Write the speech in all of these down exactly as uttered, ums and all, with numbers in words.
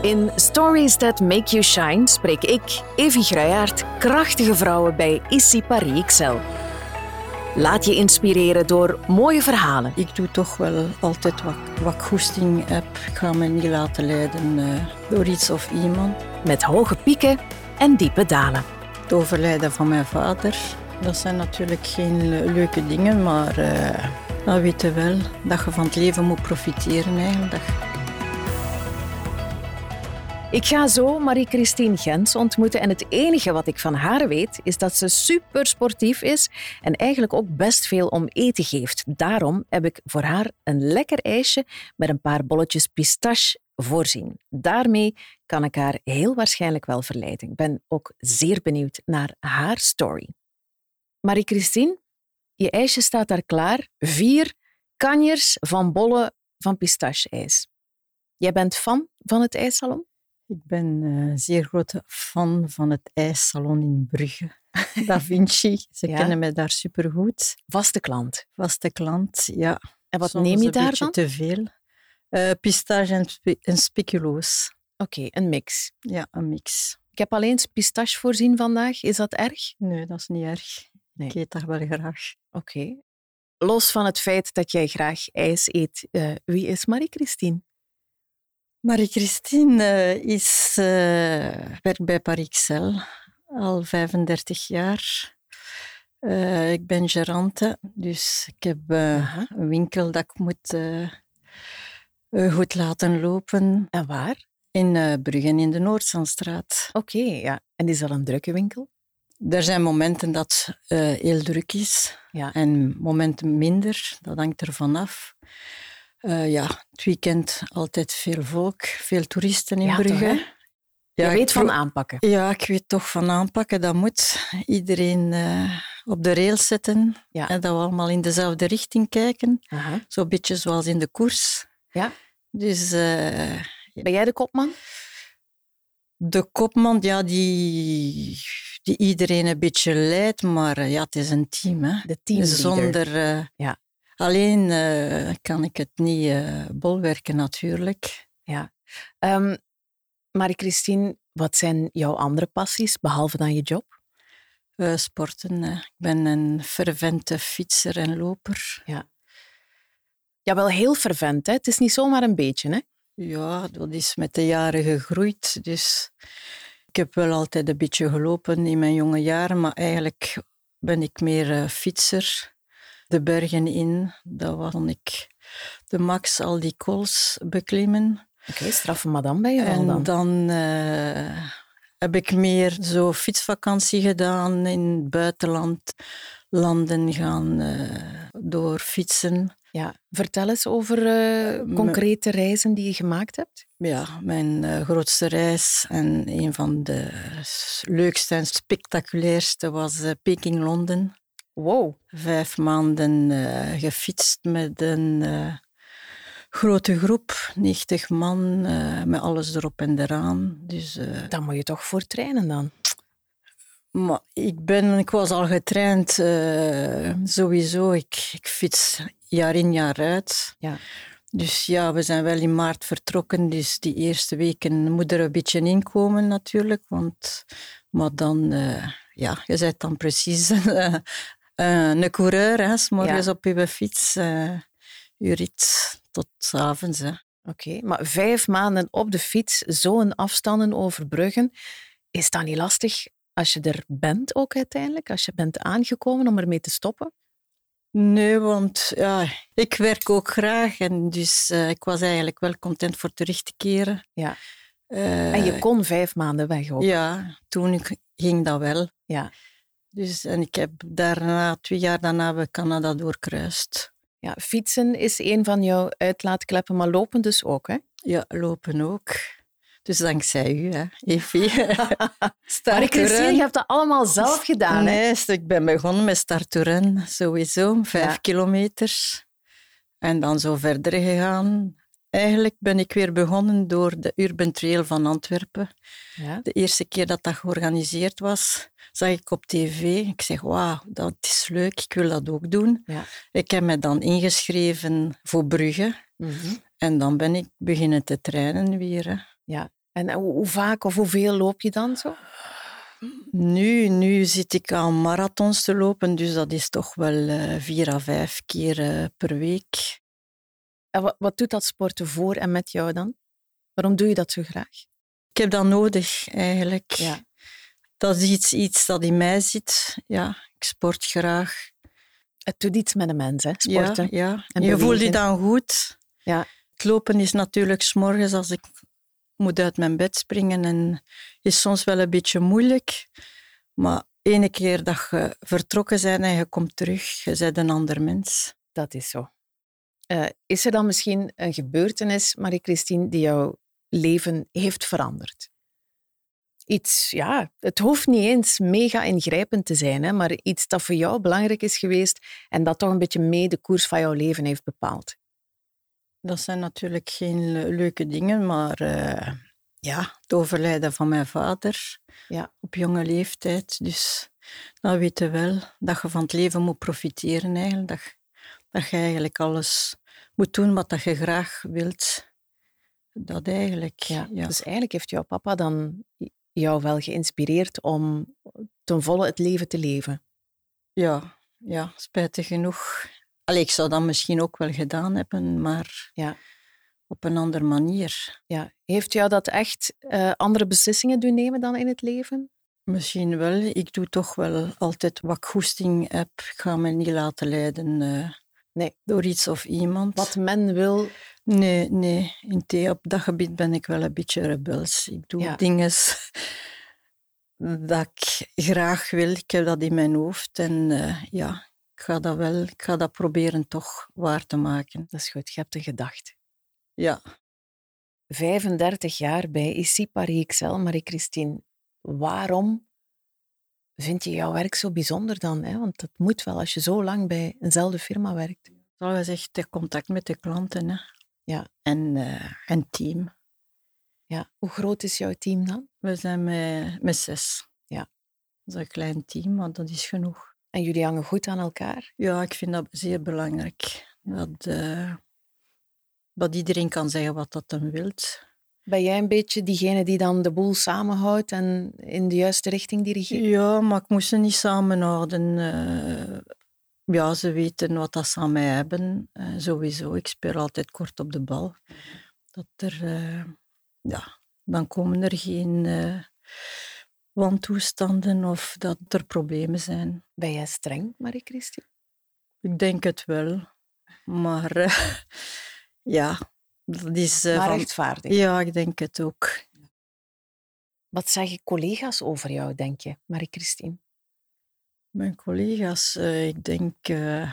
In Stories That Make You Shine spreek ik, Evie Gruijaert, krachtige vrouwen bij Ici Paris X L. Laat je inspireren door mooie verhalen. Ik doe toch wel altijd wat, wat ik goesting heb. Ik ga me niet laten leiden uh, door iets of iemand. Met hoge pieken en diepe dalen. Het overlijden van mijn vader, dat zijn natuurlijk geen leuke dingen, maar uh, dat weet je wel, dat je van het leven moet profiteren eigenlijk. Dat... Ik ga zo Marie-Christine Gens ontmoeten en het enige wat ik van haar weet is dat ze super sportief is en eigenlijk ook best veel om eten geeft. Daarom heb ik voor haar een lekker ijsje met een paar bolletjes pistache voorzien. Daarmee kan ik haar heel waarschijnlijk wel verleiden. Ik ben ook zeer benieuwd naar haar story. Marie-Christine, je ijsje staat daar klaar. Vier kanjers van bollen van pistache-ijs. Jij bent fan van het ijssalon? Ik ben een uh, zeer grote fan van het ijssalon in Brugge. Da Vinci, ze ja. kennen mij daar supergoed. Vaste klant? Vaste klant, ja. En wat Soms neem je daar dan? dan? Een beetje te veel. Uh, pistache en, spe- en speculoos. Oké, okay, een mix. Ja, een mix. Ik heb alleen pistache voorzien vandaag. Is dat erg? Nee, dat is niet erg. Nee. Ik eet dat wel graag. Oké. Okay. Los van het feit dat jij graag ijs eet, uh, wie is Marie-Christine? Marie-Christine uh, is, uh, werkt bij Paris X L al vijfendertig jaar. Uh, ik ben gerante, dus ik heb uh, een winkel dat ik moet uh, uh, goed laten lopen. En waar? In uh, Brugge, in de Noordzandstraat. Oké, okay, ja. En is dat een drukke winkel? Er zijn momenten dat het uh, heel druk is ja. en momenten minder. Dat hangt ervan af. Uh, ja, het weekend altijd veel volk, veel toeristen in ja, Brugge. Toch, ja, je weet van aanpakken. Ja, ik weet toch van aanpakken. Dat moet iedereen uh, op de rails zetten. Ja. En dat we allemaal in dezelfde richting kijken. Aha. Zo'n beetje zoals in de koers. Ja. Dus, uh, ben jij de kopman? De kopman, ja, die, die iedereen een beetje leidt. Maar uh, ja, het is een team. Hè. De teamleader. Zonder... Uh, ja. Alleen uh, kan ik het niet uh, bolwerken, natuurlijk. Ja. Um, Marie-Christine, wat zijn jouw andere passies, behalve dan je job? Uh, sporten. Uh. Ik ben een fervente fietser en loper. Ja. Ja, wel heel fervent, hè? Het is niet zomaar een beetje, hè? Ja, dat is met de jaren gegroeid. Dus ik heb wel altijd een beetje gelopen in mijn jonge jaren, maar eigenlijk ben ik meer uh, fietser. De bergen in, dat was dan ik de max, al die cols beklimmen. Oké, okay, straffe madame bij je wel dan. En dan uh, heb ik meer zo fietsvakantie gedaan in het buitenland. Landen gaan uh, door fietsen. Ja, vertel eens over uh, concrete reizen die je gemaakt hebt. Ja, mijn uh, grootste reis en een van de leukste en spectaculairste was uh, Peking, Londen. Wow. Vijf maanden uh, gefietst met een uh, grote groep, negentig man, uh, met alles erop en eraan. Dus, uh, Dan moet je toch voor trainen dan? Maar ik, ben, ik was al getraind, uh, sowieso. Ik, ik fiets jaar in jaar uit. Ja. Dus ja, we zijn wel in maart vertrokken. Dus die eerste weken moet er een beetje inkomen natuurlijk. Want, maar dan, uh, ja, je bent dan precies... Uh, Uh, een coureur, hè, 's morgens ja. op je fiets, uh, je rit tot 's avonds. Oké, okay, maar vijf maanden op de fiets, zo'n afstanden overbruggen, is dat niet lastig als je er bent ook uiteindelijk? Als je bent aangekomen om ermee te stoppen? Nee, want ja, ik werk ook graag en dus uh, ik was eigenlijk wel content voor terug te keren. Ja. Uh, en je kon vijf maanden weg ook? Ja, toen ging dat wel. Ja. Dus, en ik heb daarna, twee jaar daarna we Canada doorkruist. Ja, fietsen is een van jouw uitlaatkleppen, maar lopen dus ook, hè? Ja, lopen ook. Dus dankzij u, hè, Evie. Marie-Christine, je hebt dat allemaal zelf gedaan, hè? Nee, ik ben begonnen met starttoeren, sowieso, vijf ja. kilometers. En dan zo verder gegaan. Eigenlijk ben ik weer begonnen door de Urban Trail van Antwerpen. Ja. De eerste keer dat dat georganiseerd was, zag ik op tv. Ik zeg, wauw, dat is leuk, ik wil dat ook doen. Ja. Ik heb me dan ingeschreven voor Brugge. Mm-hmm. En dan ben ik beginnen te trainen weer. Hè. Ja. En hoe, hoe vaak of hoeveel loop je dan zo? Nu, nu zit ik aan marathons te lopen, dus dat is toch wel uh, vier à vijf keer uh, per week. En wat, wat doet dat sporten voor en met jou dan? Waarom doe je dat zo graag? Ik heb dat nodig, eigenlijk. Ja. Dat is iets, iets dat in mij zit. Ja, ik sport graag. Het doet iets met de mens, hè, sporten. Ja, ja. En je voelt je dan goed. Ja. Het lopen is natuurlijk 's morgens als ik moet uit mijn bed springen en is soms wel een beetje moeilijk. Maar ene keer dat je vertrokken bent en je komt terug, je bent een ander mens. Dat is zo. Uh, is er dan misschien een gebeurtenis, Marie-Christine, die jouw leven heeft veranderd? Iets, ja, het hoeft niet eens mega ingrijpend te zijn, hè, maar iets dat voor jou belangrijk is geweest en dat toch een beetje mee de koers van jouw leven heeft bepaald. Dat zijn natuurlijk geen leuke dingen, maar uh, ja, het overlijden van mijn vader ja. op jonge leeftijd. Dus dan weet je wel dat je van het leven moet profiteren eigenlijk. Dat, dat je eigenlijk alles moet doen wat je graag wilt. Dat eigenlijk. Ja, ja. Dus eigenlijk heeft jouw papa dan jou wel geïnspireerd om ten volle het leven te leven? Ja, ja, spijtig genoeg. Allee, ik zou dat misschien ook wel gedaan hebben, maar ja. op een andere manier. Ja. Heeft jou dat echt uh, andere beslissingen doen nemen dan in het leven? Misschien wel. Ik doe toch wel altijd wat ik goesting heb. Ik ga me niet laten leiden uh, nee. door iets of iemand. Wat men wil... Nee, nee. In the, op dat gebied ben ik wel een beetje rebels. Ik doe ja. dingen dat ik graag wil. Ik heb dat in mijn hoofd. En uh, ja, ik ga dat wel... Ik ga dat proberen toch waar te maken. Dat is goed. Je hebt een gedachte. Ja. vijfendertig jaar bij Ici Paris X L, Marie-Christine. Waarom vind je jouw werk zo bijzonder dan? Hè? Want dat moet wel als je zo lang bij eenzelfde firma werkt. Dat is echt contact met de klanten. Hè? Ja. En uh, een team. Ja. Hoe groot is jouw team dan? We zijn met, met zes. Ja. Dat is een klein team, maar dat is genoeg. En jullie hangen goed aan elkaar? Ja, ik vind dat zeer belangrijk. Dat, uh, dat iedereen kan zeggen wat dat hem wilt. Ben jij een beetje diegene die dan de boel samenhoudt en in de juiste richting dirigeert? Ja, maar ik moest ze niet samenhouden. Uh, ja, ze weten wat dat ze aan mij hebben. Uh, sowieso, ik speel altijd kort op de bal. Dat er, uh, ja, dan komen er geen uh, wantoestanden of dat er problemen zijn. Ben jij streng, Marie-Christine? Ik denk het wel. Maar uh, ja, dat is... Uh, maar van, rechtvaardig? Ja, ik denk het ook. Wat zeggen collega's over jou, denk je, Marie-Christine? Mijn collega's, uh, ik denk uh,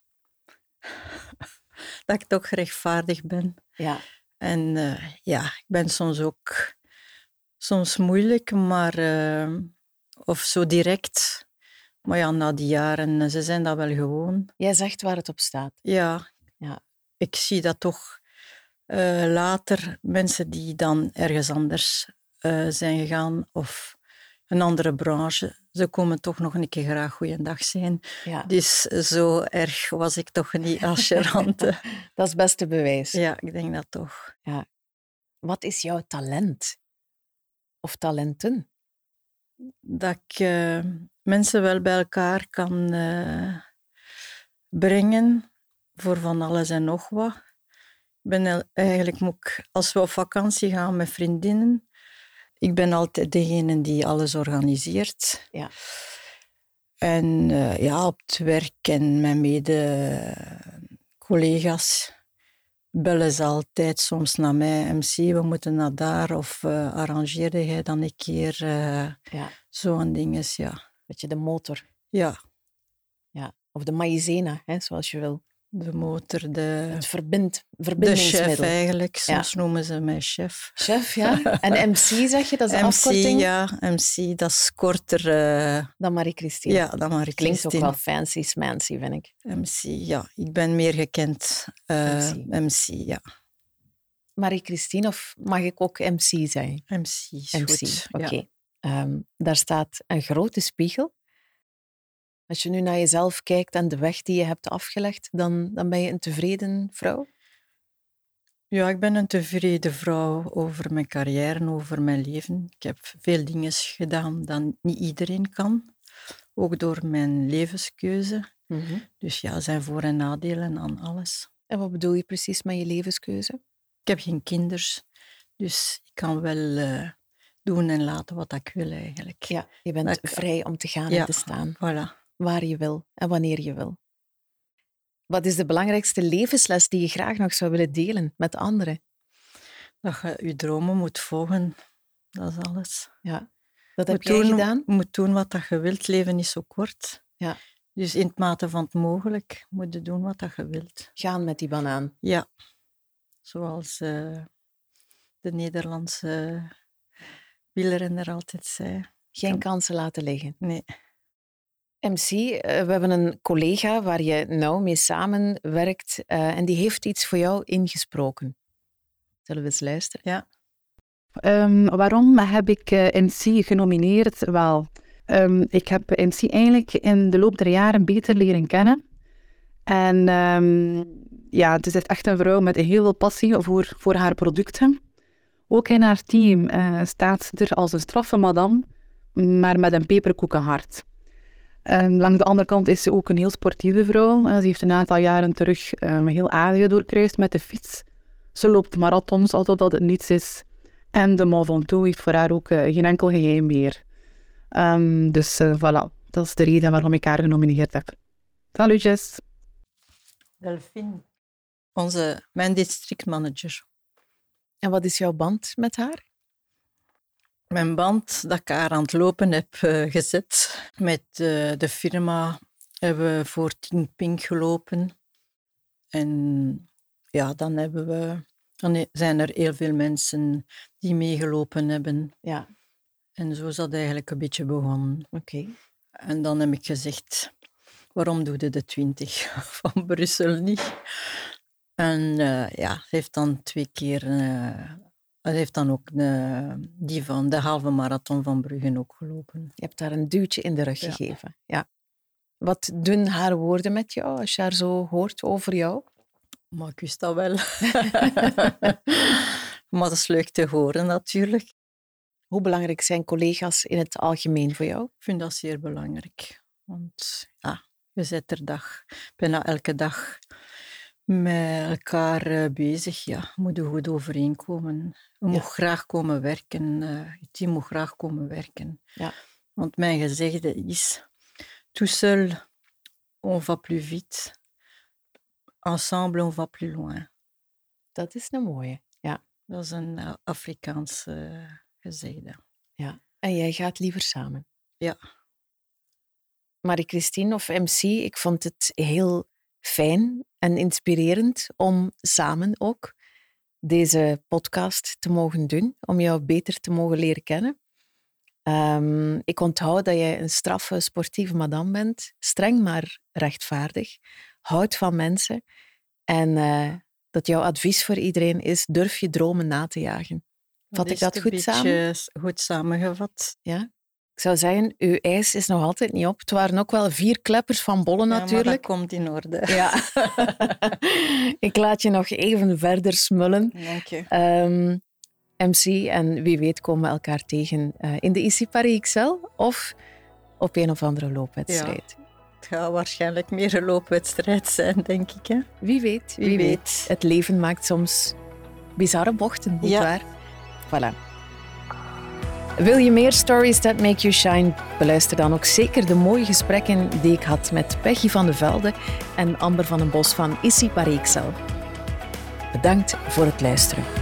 dat ik toch rechtvaardig ben. Ja. En uh, ja, ik ben soms ook soms moeilijk, maar uh, of zo direct. Maar ja, na die jaren, ze zijn dat wel gewoon. Jij zegt waar het op staat. Ja, ja. Ik zie dat toch uh, later mensen die dan ergens anders uh, zijn gegaan of een andere branche, ze komen toch nog een keer graag goeiedag zijn. Ja. Dus zo erg was ik toch niet als gerante. Dat is het beste bewijs. Ja, ik denk dat toch. Ja. Wat is jouw talent? Of talenten? Dat ik uh, mensen wel bij elkaar kan uh, brengen voor van alles en nog wat. Ik ben eigenlijk, moet ik, als we op vakantie gaan met vriendinnen, ik ben altijd degene die alles organiseert. Ja. En uh, ja, op het werk en mijn mede-collega's bellen ze altijd soms naar mij. M C, we moeten naar daar. Of uh, arrangeerde jij dan een keer uh, ja. zo'n ding is, ja. Beetje de motor. Ja. Ja. Of de maïzena, hè, zoals je wil. De motor, de... Het verbind, verbindingsmiddel. De chef eigenlijk, soms ja. noemen ze mij chef. Chef, ja. En M C zeg je, dat is de M C, afkorting? ja, M C, dat is korter... Uh... Dan Marie-Christine. Ja, dan Marie-Christine. Klinkt ook wel fancy smancy, vind ik. M C, ja. Ik ben meer gekend uh, M C. M C, ja. Marie-Christine, of mag ik ook M C zeggen? M C is M C, goed. oké. Okay. Ja. Um, daar staat een grote spiegel. Als je nu naar jezelf kijkt en de weg die je hebt afgelegd, dan, dan ben je een tevreden vrouw? Ja, ik ben een tevreden vrouw over mijn carrière en over mijn leven. Ik heb veel dingen gedaan dat niet iedereen kan. Ook door mijn levenskeuze. Mm-hmm. Dus ja, er zijn voor- en nadelen aan alles. En wat bedoel je precies met je levenskeuze? Ik heb geen kinders, dus ik kan wel uh, doen en laten wat ik wil eigenlijk. Ja, je bent ik, vrij om te gaan ja, en te staan. Voilà. Waar je wil en wanneer je wil. Wat is de belangrijkste levensles die je graag nog zou willen delen met anderen? Dat je je dromen moet volgen, dat is alles. Ja, dat heb jij gedaan? Je moet doen wat je wilt, leven is zo kort. Ja. Dus in het mate van het mogelijk moet je doen wat je wilt. Gaan met die banaan. Ja, zoals uh, de Nederlandse wielrenner altijd zei. Geen kan... kansen laten liggen. Nee. M C, uh, we hebben een collega waar je nauw mee samenwerkt uh, en die heeft iets voor jou ingesproken. Zullen we eens luisteren? Ja. Um, waarom heb ik uh, M C genomineerd? Wel, um, ik heb M C eigenlijk in de loop der jaren beter leren kennen. En um, ja, het is echt een vrouw met heel veel passie voor, voor haar producten. Ook in haar team uh, staat er als een straffe madame, maar met een peperkoekenhart. Um, langs de andere kant is ze ook een heel sportieve vrouw. Uh, ze heeft een aantal jaren terug um, heel Azië doorkruist met de fiets. Ze loopt marathons, alsof dat het niets is. En de Mont Ventoux heeft voor haar ook uh, geen enkel geheim meer. Um, dus uh, voilà, dat is de reden waarom ik haar genomineerd heb. Salutjes. Delphine, onze, mijn districtmanager. En wat is jouw band met haar? Mijn band dat ik haar aan het lopen heb uh, gezet. Met uh, de firma hebben we voor tien pink gelopen. En ja, dan, hebben we, dan zijn er heel veel mensen die meegelopen hebben. Ja. En zo is dat eigenlijk een beetje begonnen. Oké. Okay. En dan heb ik gezegd, waarom doe je de twintig van Brussel niet? En uh, ja, ze heeft dan twee keer... Uh, ze heeft dan ook uh, die van de halve marathon van Brugge ook gelopen. Je hebt haar een duwtje in de rug ja. gegeven. Ja. Wat doen haar woorden met jou als je haar zo hoort over jou? Maar ik wist dat wel. Maar dat is leuk te horen natuurlijk. Hoe belangrijk zijn collega's in het algemeen voor jou? Ik vind dat zeer belangrijk. Want ja, je bent er dag, bijna elke dag met elkaar uh, bezig. Ja, we moeten goed overeenkomen. We ja. mogen graag komen werken. Uh, het team moet graag komen werken. Ja. Want mijn gezegde is... Tout seul, on va plus vite. Ensemble, on va plus loin. Dat is een mooie, ja. Dat is een uh, Afrikaanse uh, gezegde. Ja, en jij gaat liever samen. Ja. Marie-Christine of M C, ik vond het heel fijn en inspirerend om samen ook deze podcast te mogen doen, om jou beter te mogen leren kennen. Um, ik onthoud dat jij een straffe, sportieve madame bent, streng maar rechtvaardig, houdt van mensen en uh, dat jouw advies voor iedereen is, durf je dromen na te jagen. Vat dat ik dat goed samen? Dat is een beetje goed samengevat. Ja. Ik zou zeggen, uw ijs is nog altijd niet op. Het waren ook wel vier kleppers van bollen ja, natuurlijk. Maar dat komt in orde. Ja. Ik laat je nog even verder smullen. Dank je. Um, M C, en wie weet komen we elkaar tegen uh, in de Ici Paris X L of op een of andere loopwedstrijd. Ja, het gaat waarschijnlijk meer een loopwedstrijd zijn, denk ik. Hè? Wie weet, wie, wie weet. weet. Het leven maakt soms bizarre bochten, niet ja. waar? Voilà. Wil je meer Stories That Make You Shine? Beluister dan ook zeker de mooie gesprekken die ik had met Peggy van de Velde en Amber van den Bos van Ici Paris X L. Bedankt voor het luisteren.